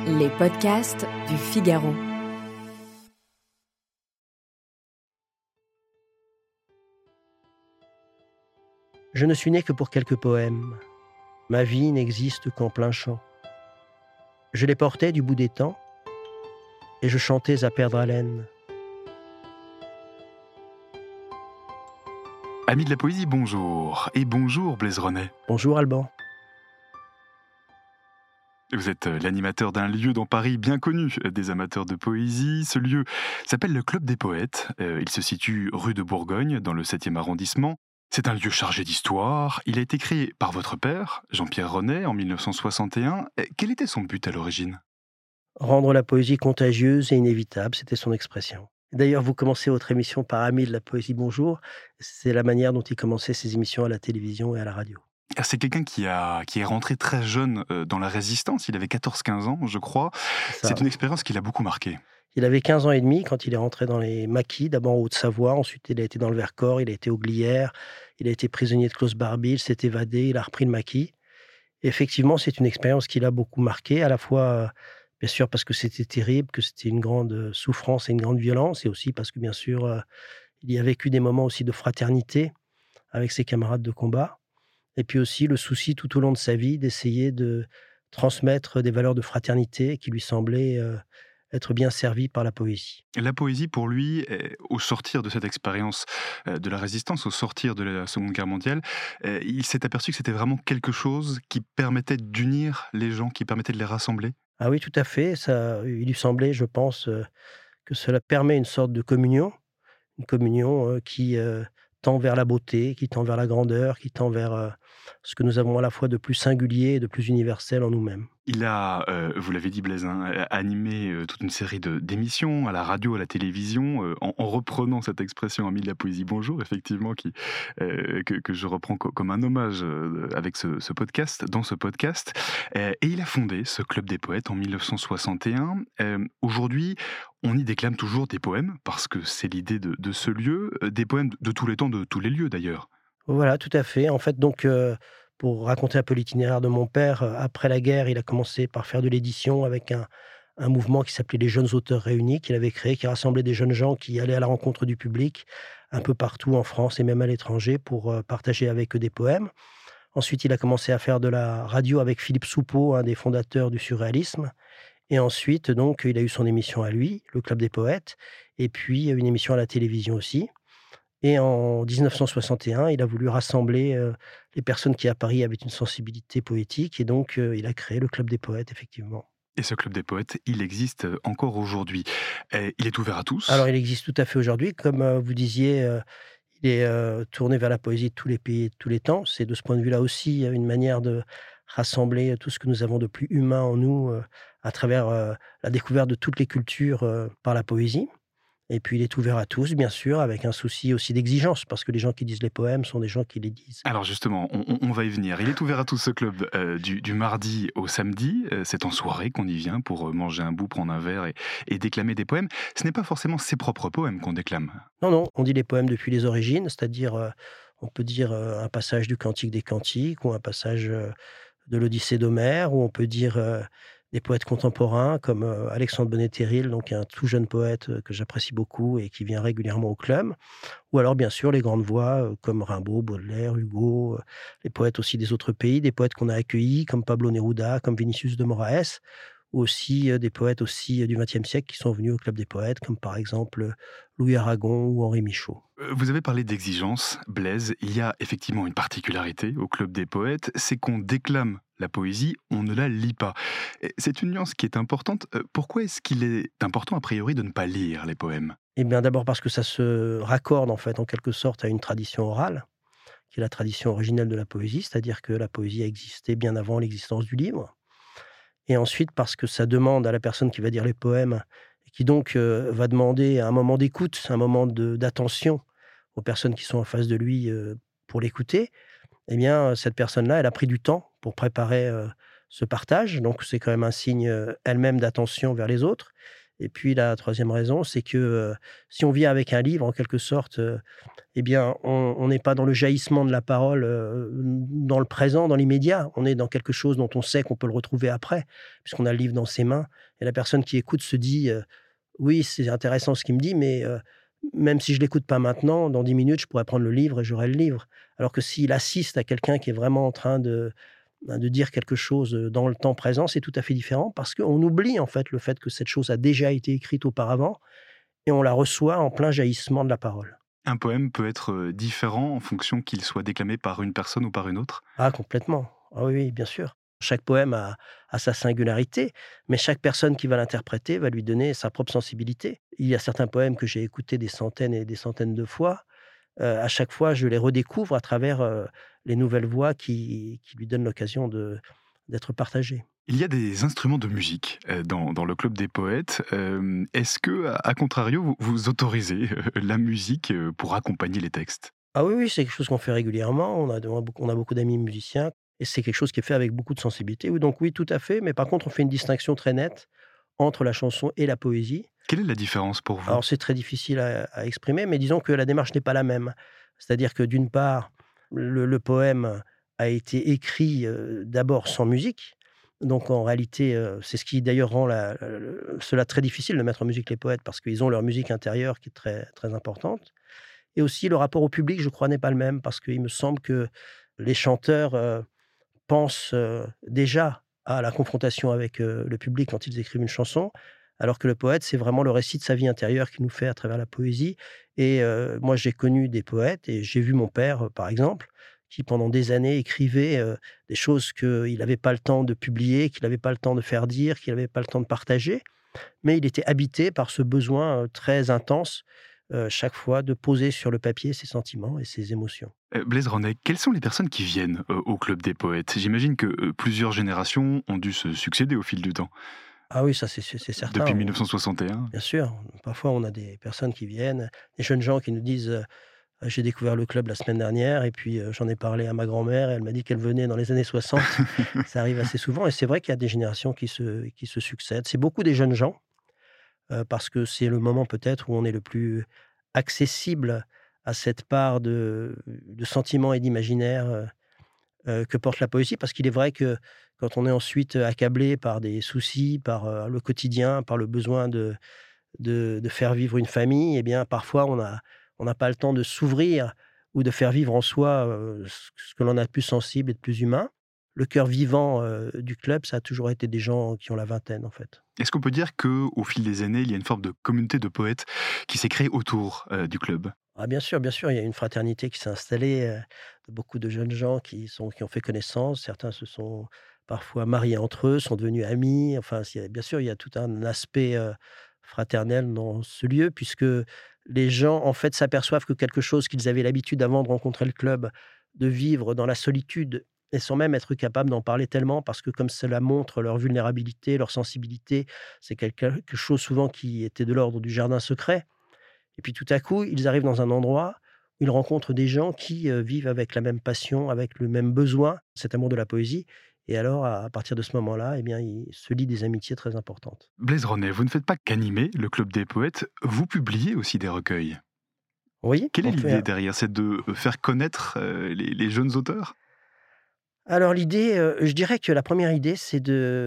Les podcasts du Figaro. Je ne suis né que pour quelques poèmes. Ma vie n'existe qu'en plein chant. Je les portais du bout des temps, et je chantais à perdre haleine. Amis de la poésie, bonjour. Et bonjour Blaise Renet. Bonjour Alban. Vous êtes l'animateur d'un lieu dans Paris bien connu des amateurs de poésie. Ce lieu s'appelle le Club des Poètes. Il se situe rue de Bourgogne, dans le 7e arrondissement. C'est un lieu chargé d'histoire. Il a été créé par votre père, Jean-Pierre Renet, en 1961. Quel était son but à l'origine ? Rendre la poésie contagieuse et inévitable, c'était son expression. D'ailleurs, vous commencez votre émission par Ami de la poésie, bonjour. C'est la manière dont il commençait ses émissions à la télévision et à la radio. C'est quelqu'un qui est rentré très jeune dans la Résistance. Il avait 14-15 ans, je crois. C'est une expérience qui l'a beaucoup marqué. Il avait 15 ans et demi quand il est rentré dans les maquis, d'abord en Haute-Savoie, ensuite il a été dans le Vercors, il a été au Glières, il a été prisonnier de Klaus Barbie, il s'est évadé, il a repris le maquis. Et effectivement, c'est une expérience qui l'a beaucoup marqué, à la fois, bien sûr, parce que c'était terrible, que c'était une grande souffrance et une grande violence, et aussi parce que, bien sûr, il y a vécu des moments aussi de fraternité avec ses camarades de combat. Et puis aussi le souci tout au long de sa vie d'essayer de transmettre des valeurs de fraternité qui lui semblaient être bien servies par la poésie. La poésie, pour lui, au sortir de cette expérience de la Résistance, au sortir de la Seconde Guerre mondiale, il s'est aperçu que c'était vraiment quelque chose qui permettait d'unir les gens, qui permettait de les rassembler. Ah oui, tout à fait. Ça, il lui semblait, je pense, que cela permet une sorte de communion, une communion qui tend vers la beauté, qui tend vers la grandeur, qui tend vers ce que nous avons à la fois de plus singulier et de plus universel en nous-mêmes. Il a, vous l'avez dit Blaise, animé toute une série d'émissions à la radio, à la télévision, en reprenant cette expression Ami de la poésie bonjour, effectivement, que je reprends comme un hommage avec ce podcast, dans ce podcast. Et il a fondé ce Club des Poètes en 1961. Aujourd'hui, on y déclame toujours des poèmes, parce que c'est l'idée de ce lieu, des poèmes de tous les temps, de tous les lieux d'ailleurs. Voilà, tout à fait. En fait, donc, pour raconter un peu l'itinéraire de mon père, après la guerre, il a commencé par faire de l'édition avec un mouvement qui s'appelait les Jeunes Auteurs Réunis, qu'il avait créé, qui rassemblait des jeunes gens qui allaient à la rencontre du public, un peu partout en France et même à l'étranger, pour partager avec eux des poèmes. Ensuite, il a commencé à faire de la radio avec Philippe Soupeau, un des fondateurs du surréalisme. Et ensuite, donc, il a eu son émission à lui, le Club des Poètes, et puis une émission à la télévision aussi. Et en 1961, il a voulu rassembler les personnes qui, à Paris, avaient une sensibilité poétique, et donc il a créé le Club des Poètes, effectivement. Et ce Club des Poètes, il existe encore aujourd'hui. Il est ouvert à tous. Alors, il existe tout à fait aujourd'hui. Comme vous disiez, il est tourné vers la poésie de tous les pays et de tous les temps. C'est de ce point de vue-là aussi une manière de rassembler tout ce que nous avons de plus humain en nous à travers la découverte de toutes les cultures par la poésie. Et puis, il est ouvert à tous, bien sûr, avec un souci aussi d'exigence, parce que les gens qui disent les poèmes sont des gens qui les disent. Alors justement, on va y venir. Il est ouvert à tous, ce club, du mardi au samedi. C'est en soirée qu'on y vient pour manger un bout, prendre un verre et déclamer des poèmes. Ce n'est pas forcément ses propres poèmes qu'on déclame. Non, non, on dit les poèmes depuis les origines, c'est-à-dire, on peut dire un passage du Cantique des Cantiques, ou un passage de l'Odyssée d'Homère, ou on peut dire des poètes contemporains comme Alexandre Bonnet-Terril, donc un tout jeune poète que j'apprécie beaucoup et qui vient régulièrement au club. Ou alors, bien sûr, les grandes voix comme Rimbaud, Baudelaire, Hugo, les poètes aussi des autres pays, des poètes qu'on a accueillis comme Pablo Neruda, comme Vinicius de Moraes, ou aussi des poètes aussi du XXe siècle qui sont venus au Club des Poètes, comme par exemple Louis Aragon ou Henri Michaud. Vous avez parlé d'exigence, Blaise. Il y a effectivement une particularité au Club des Poètes, c'est qu'on déclame la poésie, on ne la lit pas. C'est une nuance qui est importante. Pourquoi est-ce qu'il est important, a priori, de ne pas lire les poèmes ? Eh bien, d'abord parce que ça se raccorde, en fait, en quelque sorte, à une tradition orale, qui est la tradition originelle de la poésie, c'est-à-dire que la poésie a existé bien avant l'existence du livre. Et ensuite, parce que ça demande à la personne qui va dire les poèmes, et qui donc va demander un moment d'écoute, un moment d'attention aux personnes qui sont en face de lui pour l'écouter, eh bien, cette personne-là, elle a pris du temps pour préparer ce partage. Donc, c'est quand même un signe elle-même d'attention vers les autres. Et puis la troisième raison, c'est que, si on vit avec un livre, en quelque sorte, eh bien, on n'est pas dans le jaillissement de la parole, dans le présent, dans l'immédiat. On est dans quelque chose dont on sait qu'on peut le retrouver après, puisqu'on a le livre dans ses mains et la personne qui écoute se dit, «Oui, c'est intéressant ce qu'il me dit, mais même si je l'écoute pas maintenant, dans 10 minutes, je pourrais prendre le livre et j'aurai le livre». Alors que s'il assiste à quelqu'un qui est vraiment en train de dire quelque chose, dans le temps présent, c'est tout à fait différent parce qu'on oublie, en fait, le fait que cette chose a déjà été écrite auparavant et on la reçoit en plein jaillissement de la parole. Un poème peut être différent en fonction qu'il soit déclamé par une personne ou par une autre? Ah complètement. Ah oui, oui, bien sûr. Chaque poème a sa singularité, mais chaque personne qui va l'interpréter va lui donner sa propre sensibilité. Il y a certains poèmes que j'ai écoutés des centaines et des centaines de fois. À chaque fois, je les redécouvre à travers, les nouvelles voix qui lui donnent l'occasion d'être partagées. Il y a des instruments de musique, dans le club des poètes. Est-ce que, à contrario, vous autorisez, la musique, pour accompagner les textes? Ah oui, oui, c'est quelque chose qu'on fait régulièrement. On a beaucoup d'amis musiciens et c'est quelque chose qui est fait avec beaucoup de sensibilité. Oui, donc oui, tout à fait, mais par contre, on fait une distinction très nette entre la chanson et la poésie. Quelle est la différence pour vous? Alors c'est très difficile à exprimer, mais disons que la démarche n'est pas la même. C'est-à-dire que d'une part, le poème a été écrit, d'abord sans musique. Donc en réalité, c'est ce qui d'ailleurs rend cela très difficile de mettre en musique les poètes parce qu'ils ont leur musique intérieure qui est très, très importante. Et aussi le rapport au public, je crois, n'est pas le même parce qu'il me semble que les chanteurs, pensent, déjà à la confrontation avec, le public quand ils écrivent une chanson, alors que le poète, c'est vraiment le récit de sa vie intérieure qu'il nous fait à travers la poésie et moi, j'ai connu des poètes et j'ai vu mon père, par exemple, qui pendant des années écrivait, des choses qu'il n'avait pas le temps de publier, qu'il n'avait pas le temps de faire dire, qu'il n'avait pas le temps de partager, mais il était habité par ce besoin, très intense, chaque fois de poser sur le papier ses sentiments et ses émotions. Blaise René, quelles sont les personnes qui viennent, au club des poètes? J'imagine que, plusieurs générations ont dû se succéder au fil du temps. Ah oui, ça c'est certain. Depuis 1961? Bien sûr, parfois on a des personnes qui viennent, des jeunes gens qui nous disent, «J'ai découvert le club la semaine dernière et puis, j'en ai parlé à ma grand-mère et elle m'a dit qu'elle venait dans les années 60». Ça arrive assez souvent et c'est vrai qu'il y a des générations qui se succèdent. C'est beaucoup des jeunes gens, parce que c'est le moment peut-être où on est le plus accessible à cette part de sentiments et d'imaginaire, que porte la poésie. Parce qu'il est vrai que quand on est ensuite accablé par des soucis, par, le quotidien, par le besoin de faire vivre une famille, eh bien, parfois, on n'a pas le temps de s'ouvrir ou de faire vivre en soi, ce que l'on a de plus sensible et de plus humain. Le cœur vivant, du club, ça a toujours été des gens qui ont la vingtaine, en fait. Est-ce qu'on peut dire qu'au fil des années, il y a une forme de communauté de poètes qui s'est créée autour, du club? Ah bien sûr, il y a une fraternité qui s'est installée, de beaucoup de jeunes gens qui ont fait connaissance. Certains se sont parfois mariés entre eux, sont devenus amis. Enfin, bien sûr, il y a tout un aspect, fraternel dans ce lieu puisque les gens, en fait, s'aperçoivent que quelque chose qu'ils avaient l'habitude avant de rencontrer le club, de vivre dans la solitude et sans même être capables d'en parler tellement parce que comme cela montre leur vulnérabilité, leur sensibilité, c'est quelque chose souvent qui était de l'ordre du jardin secret. Et puis tout à coup, ils arrivent dans un endroit où ils rencontrent des gens qui, vivent avec la même passion, avec le même besoin, cet amour de la poésie et alors à partir de ce moment-là, eh bien, il se lie des amitiés très importantes. Blaise René, vous ne faites pas qu'animer le club des poètes, vous publiez aussi des recueils. Oui, Quelle est on fait l'idée derrière? C'est de faire connaître, les jeunes auteurs? alors l'idée, je dirais que la première idée, c'est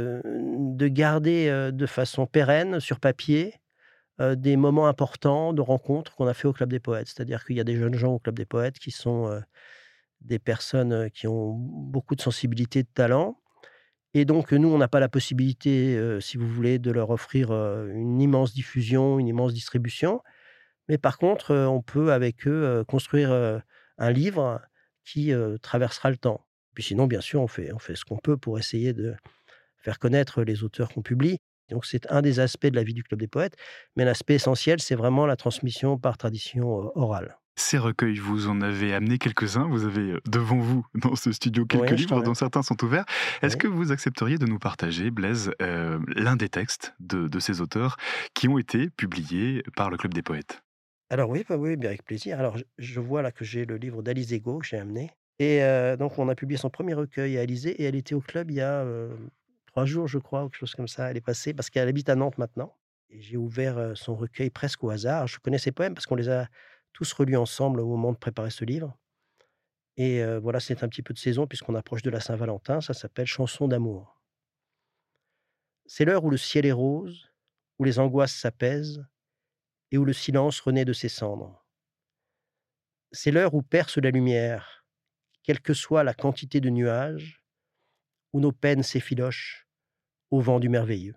de garder, de façon pérenne sur papier, des moments importants de rencontres qu'on a fait au club des poètes. C'est-à-dire qu'il y a des jeunes gens au club des poètes qui sont, des personnes, qui ont beaucoup de sensibilité, de talent. Et donc, nous, on n'a pas la possibilité, si vous voulez, de leur offrir, une immense diffusion, une immense distribution. Mais par contre, on peut avec eux, construire, un livre qui, traversera le temps. Puis sinon, bien sûr, on fait ce qu'on peut pour essayer de faire connaître les auteurs qu'on publie. Donc c'est un des aspects de la vie du Club des poètes, mais l'aspect essentiel, c'est vraiment la transmission par tradition, orale. Ces recueils, vous en avez amené quelques-uns, vous avez, devant vous, dans ce studio, quelques Oui, je t'en livres dont certains sont ouverts. Est-ce oui. que vous accepteriez de nous partager, Blaise, l'un des textes de ces auteurs qui ont été publiés par le Club des poètes? Alors oui, bah, oui, bien avec plaisir. Alors je vois là que j'ai le livre d'Alizé Ego que j'ai amené et donc on a publié son premier recueil à Alizé et elle était au club il y a, 3 jours je crois ou quelque chose comme ça. Elle est passée parce qu'elle habite à Nantes maintenant et j'ai ouvert, son recueil presque au hasard. Je connais ses poèmes parce qu'on les a tous relus ensemble au moment de préparer ce livre et voilà, c'est un petit peu de saison puisqu'on approche de la Saint-Valentin. Ça s'appelle «Chanson d'amour». C'est l'heure où le ciel est rose, où les angoisses s'apaisent et où le silence renaît de ses cendres. C'est l'heure où perce la lumière, quelle que soit la quantité de nuages, où nos peines s'effilochent au vent du merveilleux.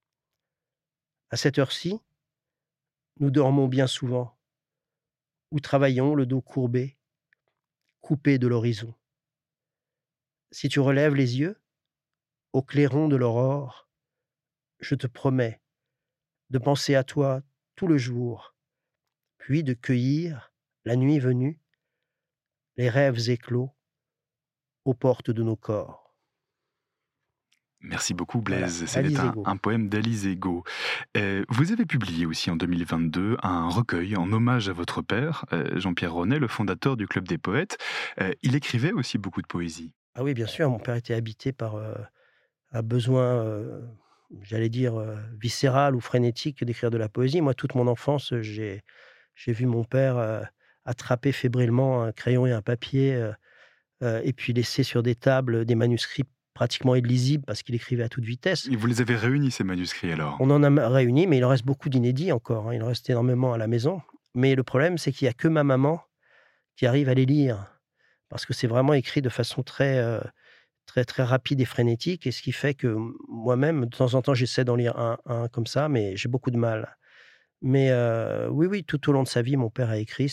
À cette heure-ci, nous dormons bien souvent, ou travaillons le dos courbé, coupé de l'horizon. Si tu relèves les yeux, au clairon de l'aurore, je te promets de penser à toi tout le jour, puis de cueillir, la nuit venue, les rêves éclos aux portes de nos corps. Merci beaucoup Voilà, Blaise, c'était Alice un, Ego. un poème d'Alice Ego. Vous avez publié aussi en 2022 un recueil en hommage à votre père, Jean-Pierre Ronet, le fondateur du Club des Poètes. Il écrivait aussi beaucoup de poésie. Ah oui, bien sûr, mon père était habité par un besoin, j'allais dire, viscéral ou frénétique d'écrire de la poésie. Moi, toute mon enfance, j'ai vu mon père attraper fébrilement un crayon et un papier et puis laisser sur des tables des manuscrits pratiquement illisibles parce qu'il écrivait à toute vitesse. Et vous les avez réunis ces manuscrits alors? On en a réuni, mais il en reste beaucoup d'inédits encore, hein. Il en reste énormément à la maison. Mais le problème, c'est qu'il y a que ma maman qui arrive à les lire parce que c'est vraiment écrit de façon très, très rapide et frénétique et ce qui fait que moi-même, de temps en temps, j'essaie d'en lire un comme ça, mais j'ai beaucoup de mal. Mais oui, oui, tout au long de sa vie, mon père a écrit.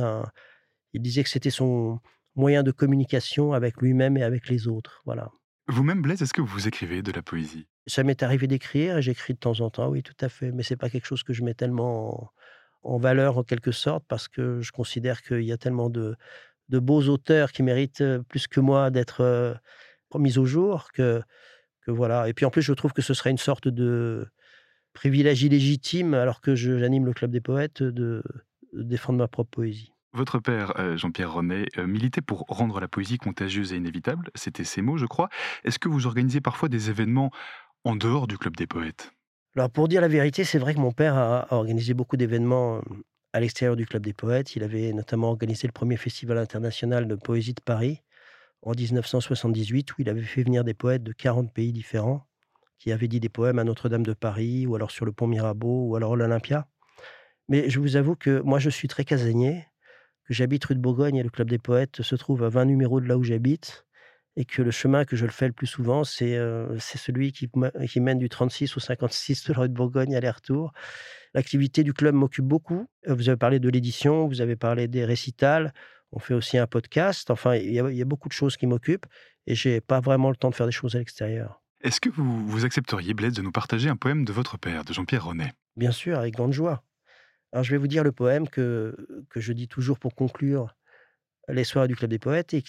Il disait que c'était son moyen de communication avec lui-même et avec les autres, voilà. Vous-même Blaise, est-ce que vous écrivez de la poésie? Ça m'est arrivé d'écrire et j'écris de temps en temps, oui, tout à fait, mais c'est pas quelque chose que je mets tellement en valeur, en quelque sorte, parce que je considère qu'il y a tellement de beaux auteurs qui méritent, plus que moi d'être, mis au jour que voilà et puis en plus, je trouve que ce serait une sorte de privilège illégitime, alors que j'anime le club des poètes, de défendre ma propre poésie. Votre père, Jean-Pierre Ronet, militait pour rendre la poésie contagieuse et inévitable, c'était ses mots je crois. Est-ce que vous organisez parfois des événements en dehors du Club des Poètes? Alors pour dire la vérité, c'est vrai que mon père a organisé beaucoup d'événements, à l'extérieur du club des poètes. Il avait notamment organisé le premier festival international de poésie de Paris en 1978 où il avait fait venir des poètes de 40 pays différents, qui avaient dit des poèmes à Notre-Dame de Paris ou alors sur le pont Mirabeau ou alors à l'Olympia. Mais je vous avoue que moi je suis très casanier, que j'habite rue de Bourgogne et le club des poètes se trouve à 20 numéros de là où j'habite et que le chemin que je le fais le plus souvent, c'est celui qui mène du 36 au 56 de la rue de Bourgogne aller-retour. L'activité du club m'occupe beaucoup. Vous avez parlé de l'édition, vous avez parlé des récitals, on fait aussi un podcast. Enfin, il y a beaucoup de choses qui m'occupent et j'ai pas vraiment le temps de faire des choses à l'extérieur. Est-ce que vous accepteriez Blaise de nous partager un poème de votre père, de Jean-Pierre Ronet? Bien sûr, avec grande joie. Alors je vais vous dire le poème que je dis toujours pour conclure les soirées du club des poètes et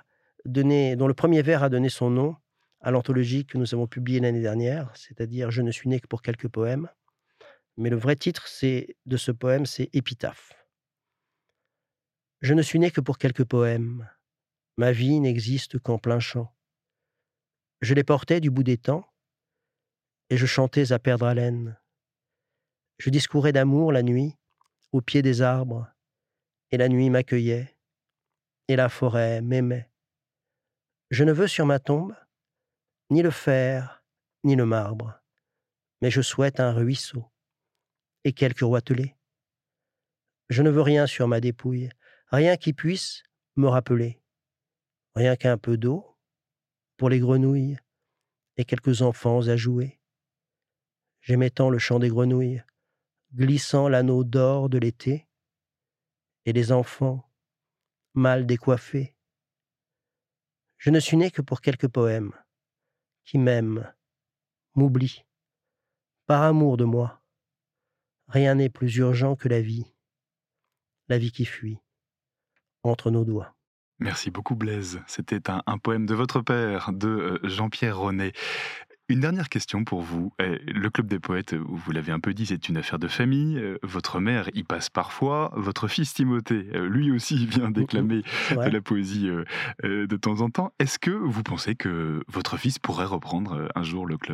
dont le premier vers a donné son nom à l'anthologie que nous avons publiée l'année dernière, c'est-à-dire «Je ne suis né que pour quelques poèmes». Mais le vrai titre de ce poème, c'est «Épitaphe». Je ne suis né que pour quelques poèmes, ma vie n'existe qu'en plein chant. Je les portais du bout des temps, et je chantais à perdre haleine. Je discourais d'amour la nuit, au pied des arbres, et la nuit m'accueillait, et la forêt m'aimait. Je ne veux sur ma tombe ni le fer, ni le marbre, mais je souhaite un ruisseau, et quelques roitelets. Je ne veux rien sur ma dépouille, rien qui puisse me rappeler, rien qu'un peu d'eau pour les grenouilles, et quelques enfants à jouer. J'aimais tant le chant des grenouilles, glissant l'anneau d'or de l'été, et les enfants, mal décoiffés. Je ne suis né que pour quelques poèmes, qui m'aiment, m'oublient, par amour de moi. Rien n'est plus urgent que la vie qui fuit, entre nos doigts. Merci beaucoup Blaise. C'était un poème de votre père, de Jean-Pierre Ronet. Une dernière question pour vous. Le Club des Poètes, vous l'avez un peu dit, c'est une affaire de famille. Votre mère y passe parfois. Votre fils Timothée, lui aussi, vient déclamer C'est de vrai. la poésie de temps en temps. Est-ce que vous pensez que votre fils pourrait reprendre un jour le club?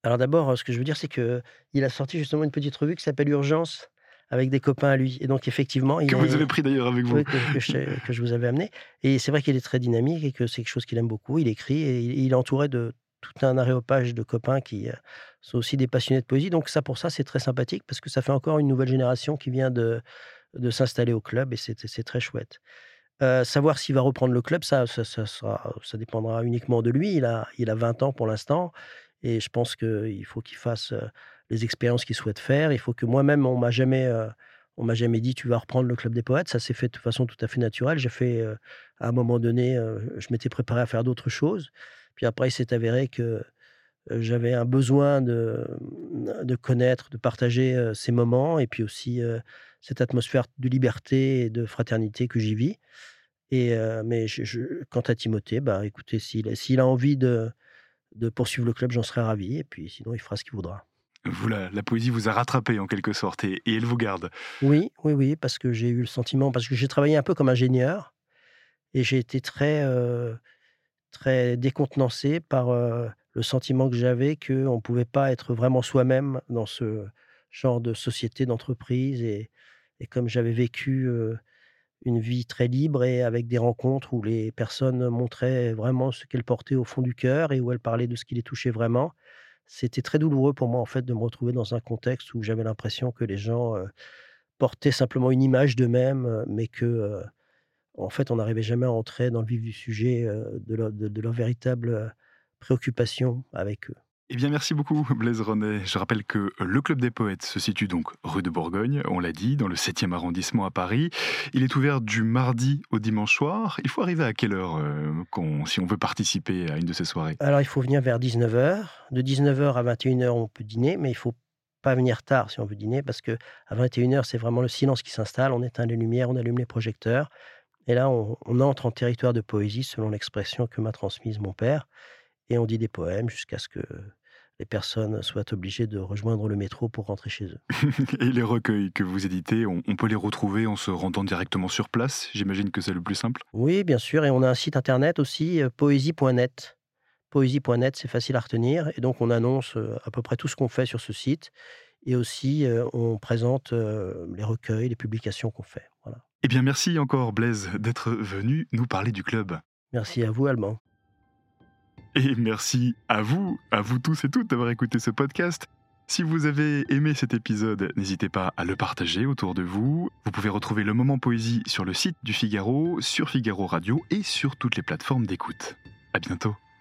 Alors d'abord, ce que je veux dire, c'est qu'il a sorti justement une petite revue qui s'appelle Urgence, avec des copains à lui et donc effectivement, il Que vous avez est pris d'ailleurs avec vous. oui, que je vous avais amené et c'est vrai qu'il est très dynamique et que c'est quelque chose qu'il aime beaucoup. Il écrit et il est entouré de tout un aréopage de copains qui, sont aussi des passionnés de poésie donc ça, pour ça, c'est très sympathique parce que ça fait encore une nouvelle génération qui vient de s'installer au club et c'est très chouette. Savoir s'il va reprendre le club, ça dépendra uniquement de lui. Il a 20 ans pour l'instant et je pense qu'il faut qu'il fasse, les expériences qu'il souhaite faire. Il faut que moi-même, on m'a jamais dit: «Tu vas reprendre le club des poètes». Ça s'est fait de façon tout à fait naturelle. J'ai fait, à un moment donné, je m'étais préparé à faire d'autres choses. Puis après, il s'est avéré que, j'avais un besoin de connaître, de partager, ces moments et puis aussi, cette atmosphère de liberté et de fraternité que j'y vis. Mais quant à Timothée, bah, écoutez, s'il a envie de poursuivre le club, j'en serais ravi et puis sinon il fera ce qu'il voudra. Vous, la poésie vous a rattrapé en quelque sorte et elle vous garde. Oui, oui, oui, parce que j'ai eu le sentiment parce que j'ai travaillé un peu comme ingénieur et j'ai été très, très décontenancé par, le sentiment que j'avais qu'on ne pouvait pas être vraiment soi-même dans ce genre de société, d'entreprise et comme j'avais vécu, une vie très libre et avec des rencontres où les personnes montraient vraiment ce qu'elles portaient au fond du cœur et où elles parlaient de ce qui les touchait vraiment. C'était très douloureux pour moi, en fait, de me retrouver dans un contexte où j'avais l'impression que les gens, portaient simplement une image d'eux-mêmes, mais que, en fait, on n'arrivait jamais à entrer dans le vif du sujet, de leur véritable, préoccupation avec eux. Eh bien, merci beaucoup, Blaise Renet. Je rappelle que le Club des Poètes se situe donc rue de Bourgogne, on l'a dit, dans le 7e arrondissement à Paris. Il est ouvert du mardi au dimanche soir. Il faut arriver à quelle heure si on veut participer à une de ces soirées? Alors il faut venir vers 19h. De 19h à 21h, on peut dîner, mais il faut pas venir tard si on veut dîner parce qu'à 21h, c'est vraiment le silence qui s'installe. On éteint les lumières, on allume les projecteurs et là, on entre en territoire de poésie selon l'expression que m'a transmise mon père et on dit des poèmes jusqu'à ce que les personnes soient obligées de rejoindre le métro pour rentrer chez eux. Et les recueils que vous éditez, on peut les retrouver en se rendant directement sur place? J'imagine que c'est le plus simple. Oui, bien sûr et on a un site internet aussi, poésie.net. Poésie.net, c'est facile à retenir et donc on annonce, à peu près tout ce qu'on fait sur ce site et aussi, on présente, les recueils, les publications qu'on fait, voilà. Eh bien, merci encore, Blaise, d'être venu nous parler du club. Merci à vous, Alban. Et merci à vous tous et toutes d'avoir écouté ce podcast. Si vous avez aimé cet épisode, n'hésitez pas à le partager autour de vous. Vous pouvez retrouver le Moment Poésie sur le site du Figaro, sur Figaro Radio et sur toutes les plateformes d'écoute. À bientôt.